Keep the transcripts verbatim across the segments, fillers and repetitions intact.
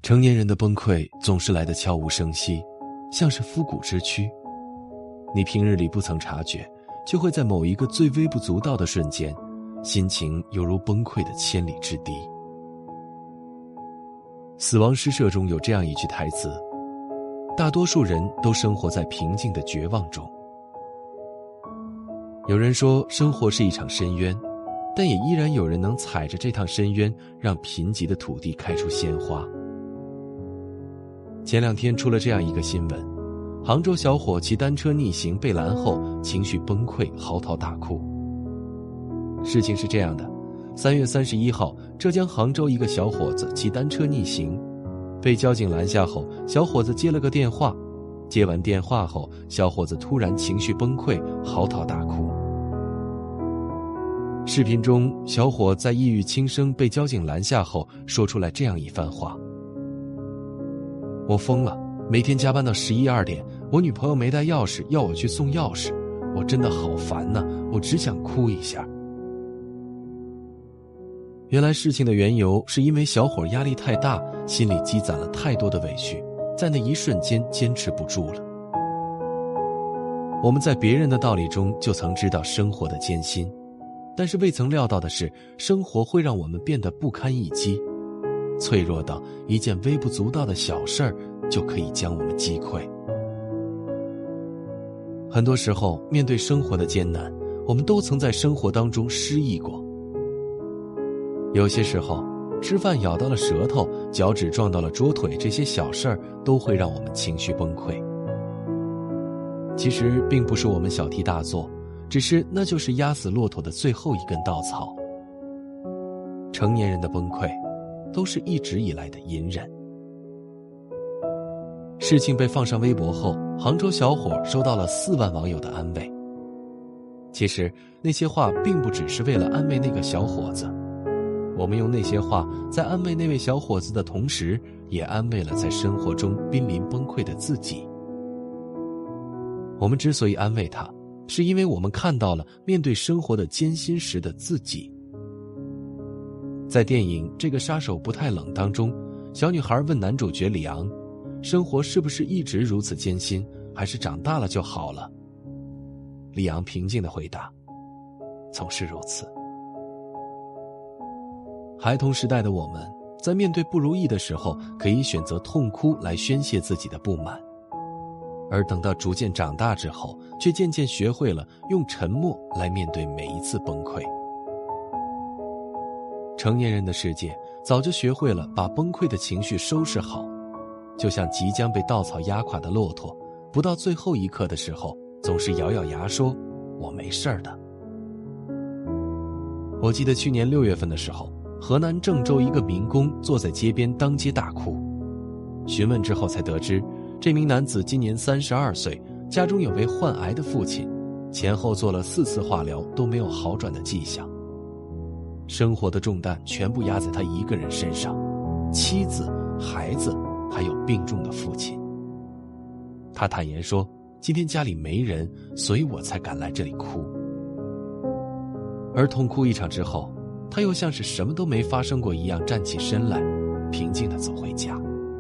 成年人的崩溃总是来得悄无声息，像是肤骨之躯。你平日里不曾察觉，就会在某一个最微不足道的瞬间，心情犹如崩溃的千里之堤。死亡诗社中有这样一句台词：大多数人都生活在平静的绝望中。有人说生活是一场深渊，但也依然有人能踩着这趟深渊，让贫瘠的土地开出鲜花。前两天出了这样一个新闻，杭州小伙骑单车逆行被拦后，情绪崩溃，嚎啕大哭。事情是这样的，三月三十一号，浙江杭州一个小伙子骑单车逆行，被交警拦下后，小伙子接了个电话，接完电话后，小伙子突然情绪崩溃，嚎啕大哭。视频中，小伙在抑郁轻生被交警拦下后，说出来这样一番话：我疯了，每天加班到十一二点，我女朋友没带钥匙，要我去送钥匙，我真的好烦呐，我只想哭一下。原来事情的缘由是因为小伙压力太大，心里积攒了太多的委屈，在那一瞬间坚持不住了。我们在别人的道理中就曾知道生活的艰辛，但是未曾料到的是，生活会让我们变得不堪一击，脆弱到一件微不足道的小事儿就可以将我们击溃。很多时候，面对生活的艰难，我们都曾在生活当中失意过。有些时候，吃饭咬到了舌头，脚趾撞到了桌腿，这些小事儿都会让我们情绪崩溃。其实并不是我们小题大做，只是那就是压死骆驼的最后一根稻草。成年人的崩溃都是一直以来的隐忍。事情被放上微博后，杭州小伙收到了四万网友的安慰。其实那些话并不只是为了安慰那个小伙子，我们用那些话在安慰那位小伙子的同时，也安慰了在生活中濒临崩溃的自己。我们之所以安慰他，是因为我们看到了面对生活的艰辛时的自己。在电影《这个杀手不太冷》当中，小女孩问男主角李昂，生活是不是一直如此艰辛，还是长大了就好了？李昂平静地回答，总是如此。孩童时代的我们，在面对不如意的时候，可以选择痛哭来宣泄自己的不满，而等到逐渐长大之后，却渐渐学会了用沉默来面对每一次崩溃。成年人的世界早就学会了把崩溃的情绪收拾好，就像即将被稻草压垮的骆驼，不到最后一刻的时候，总是咬咬牙说我没事儿的。我记得去年六月份的时候，河南郑州一个民工坐在街边当街大哭，询问之后才得知，这名男子今年三十二岁，家中有位患癌的父亲，前后做了四次化疗都没有好转的迹象，生活的重担全部压在他一个人身上，妻子、孩子，还有病重的父亲。他坦言说，今天家里没人，所以我才敢来这里哭。而痛哭一场之后，他又像是什么都没发生过一样站起身来，平静地走回家。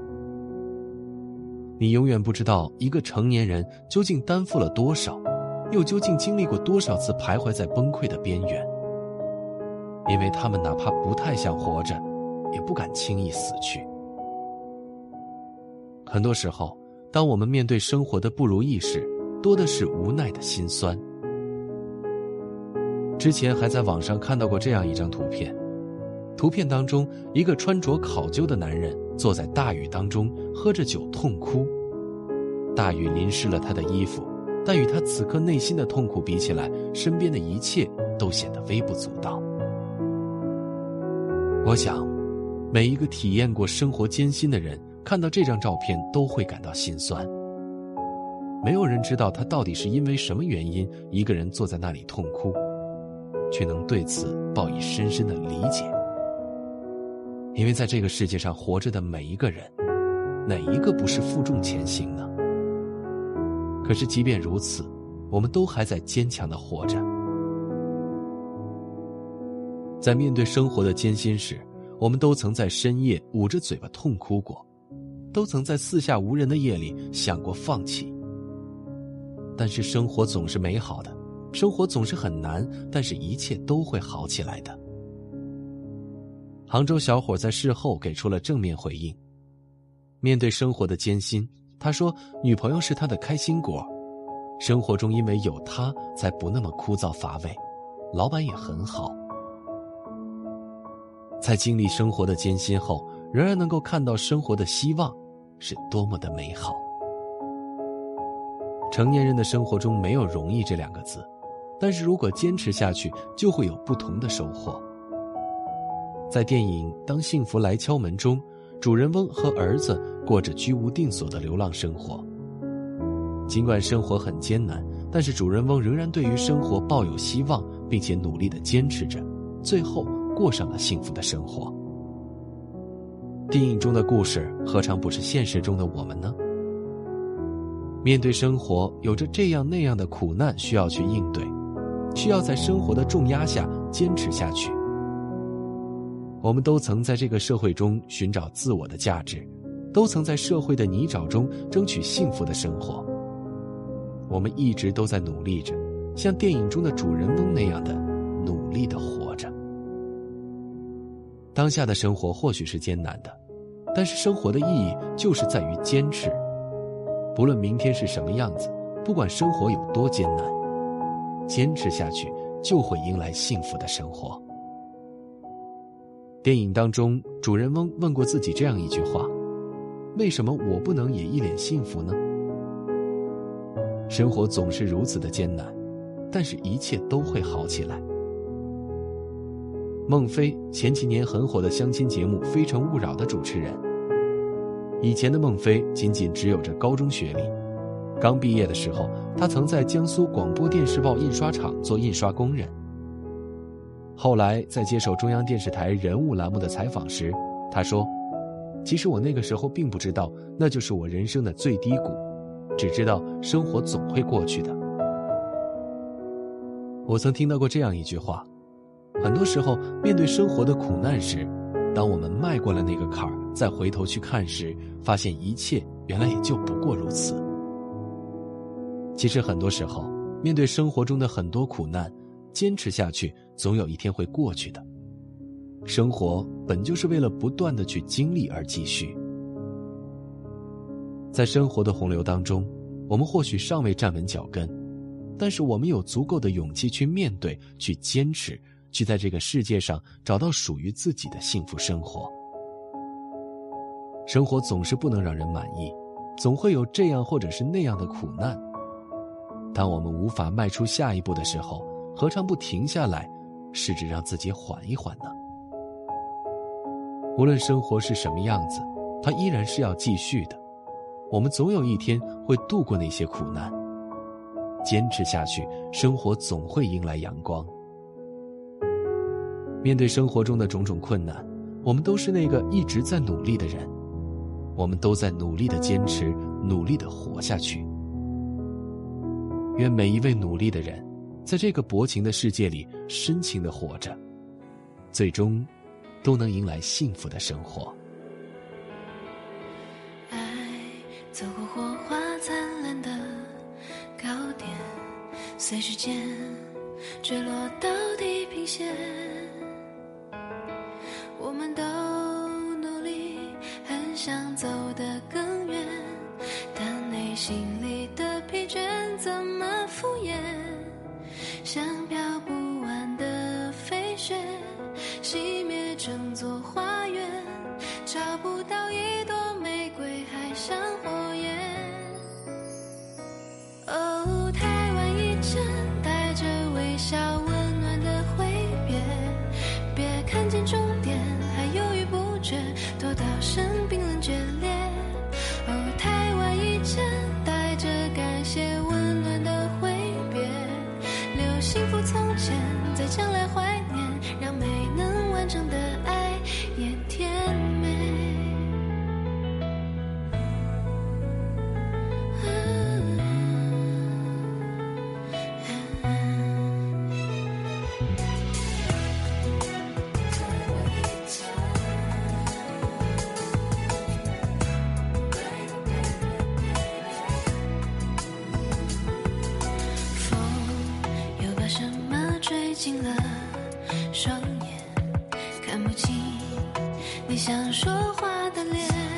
你永远不知道一个成年人究竟担负了多少，又究竟经历过多少次徘徊在崩溃的边缘，因为他们哪怕不太想活着，也不敢轻易死去。很多时候，当我们面对生活的不如意时，多的是无奈的心酸。之前还在网上看到过这样一张图片，图片当中，一个穿着考究的男人坐在大雨当中，喝着酒痛哭。大雨淋湿了他的衣服，但与他此刻内心的痛苦比起来，身边的一切都显得微不足道。我想，每一个体验过生活艰辛的人，看到这张照片都会感到心酸。没有人知道他到底是因为什么原因，一个人坐在那里痛哭，却能对此报以深深的理解。因为在这个世界上活着的每一个人，哪一个不是负重前行呢？可是即便如此，我们都还在坚强地活着。在面对生活的艰辛时，我们都曾在深夜捂着嘴巴痛哭过， 都曾在四下无人的夜里想过放弃。但是生活总是美好的，生活总是很难，但是一切都会好起来的。杭州小伙在事后给出了正面回应。面对生活的艰辛，他说女朋友是他的开心果，生活中因为有他才不那么枯燥乏味，老板也很好。在经历生活的艰辛后，仍然能够看到生活的希望，是多么的美好。成年人的生活中没有容易这两个字，但是如果坚持下去，就会有不同的收获。在电影《当幸福来敲门》中，主人翁和儿子过着居无定所的流浪生活。尽管生活很艰难，但是主人翁仍然对于生活抱有希望，并且努力地坚持着，最后过上了幸福的生活。电影中的故事何尝不是现实中的我们呢？面对生活有着这样那样的苦难需要去应对，需要在生活的重压下坚持下去。我们都曾在这个社会中寻找自我的价值，都曾在社会的泥沼中争取幸福的生活。我们一直都在努力着，像电影中的主人翁那样的努力地活着。当下的生活或许是艰难的，但是生活的意义就是在于坚持。不论明天是什么样子，不管生活有多艰难，坚持下去就会迎来幸福的生活。电影当中，主人翁问过自己这样一句话：为什么我不能也一脸幸福呢？生活总是如此的艰难，但是一切都会好起来。孟非，前几年很火的相亲节目《非诚勿扰》的主持人。以前的孟非仅仅只有着高中学历，刚毕业的时候，他曾在江苏广播电视报印刷厂做印刷工人。后来在接受中央电视台人物栏目的采访时，他说：其实我那个时候并不知道那就是我人生的最低谷，只知道生活总会过去的。我曾听到过这样一句话：很多时候面对生活的苦难时，当我们迈过了那个坎儿，再回头去看时，发现一切原来也就不过如此。其实很多时候面对生活中的很多苦难，坚持下去总有一天会过去的。生活本就是为了不断地去经历而继续。在生活的洪流当中，我们或许尚未站稳脚跟，但是我们有足够的勇气去面对，去坚持，去在这个世界上找到属于自己的幸福生活。生活总是不能让人满意，总会有这样或者是那样的苦难。当我们无法迈出下一步的时候，何尝不停下来，试着让自己缓一缓呢？无论生活是什么样子，它依然是要继续的。我们总有一天会度过那些苦难，坚持下去，生活总会迎来阳光。面对生活中的种种困难，我们都是那个一直在努力的人，我们都在努力的坚持，努力的活下去。愿每一位努力的人，在这个薄情的世界里深情地活着，最终都能迎来幸福的生活。 爱走过火花灿烂的高点，随时间坠落到地平线。我们都努力，很想走得更远，但内心里的疲倦怎么敷衍？像飘不完的飞雪，熄灭整座花园，找不到一朵玫瑰还像火焰。哦，太晚一阵，带着微笑温暖的挥别，别看见终点还犹豫不决，躲到生冰冷决裂。哦，太晚一阵，带着感谢温暖的挥别，留幸福从前，在将来怀念，让没能完成的爱也甜美。 紧了双眼，看不清你想说话的脸。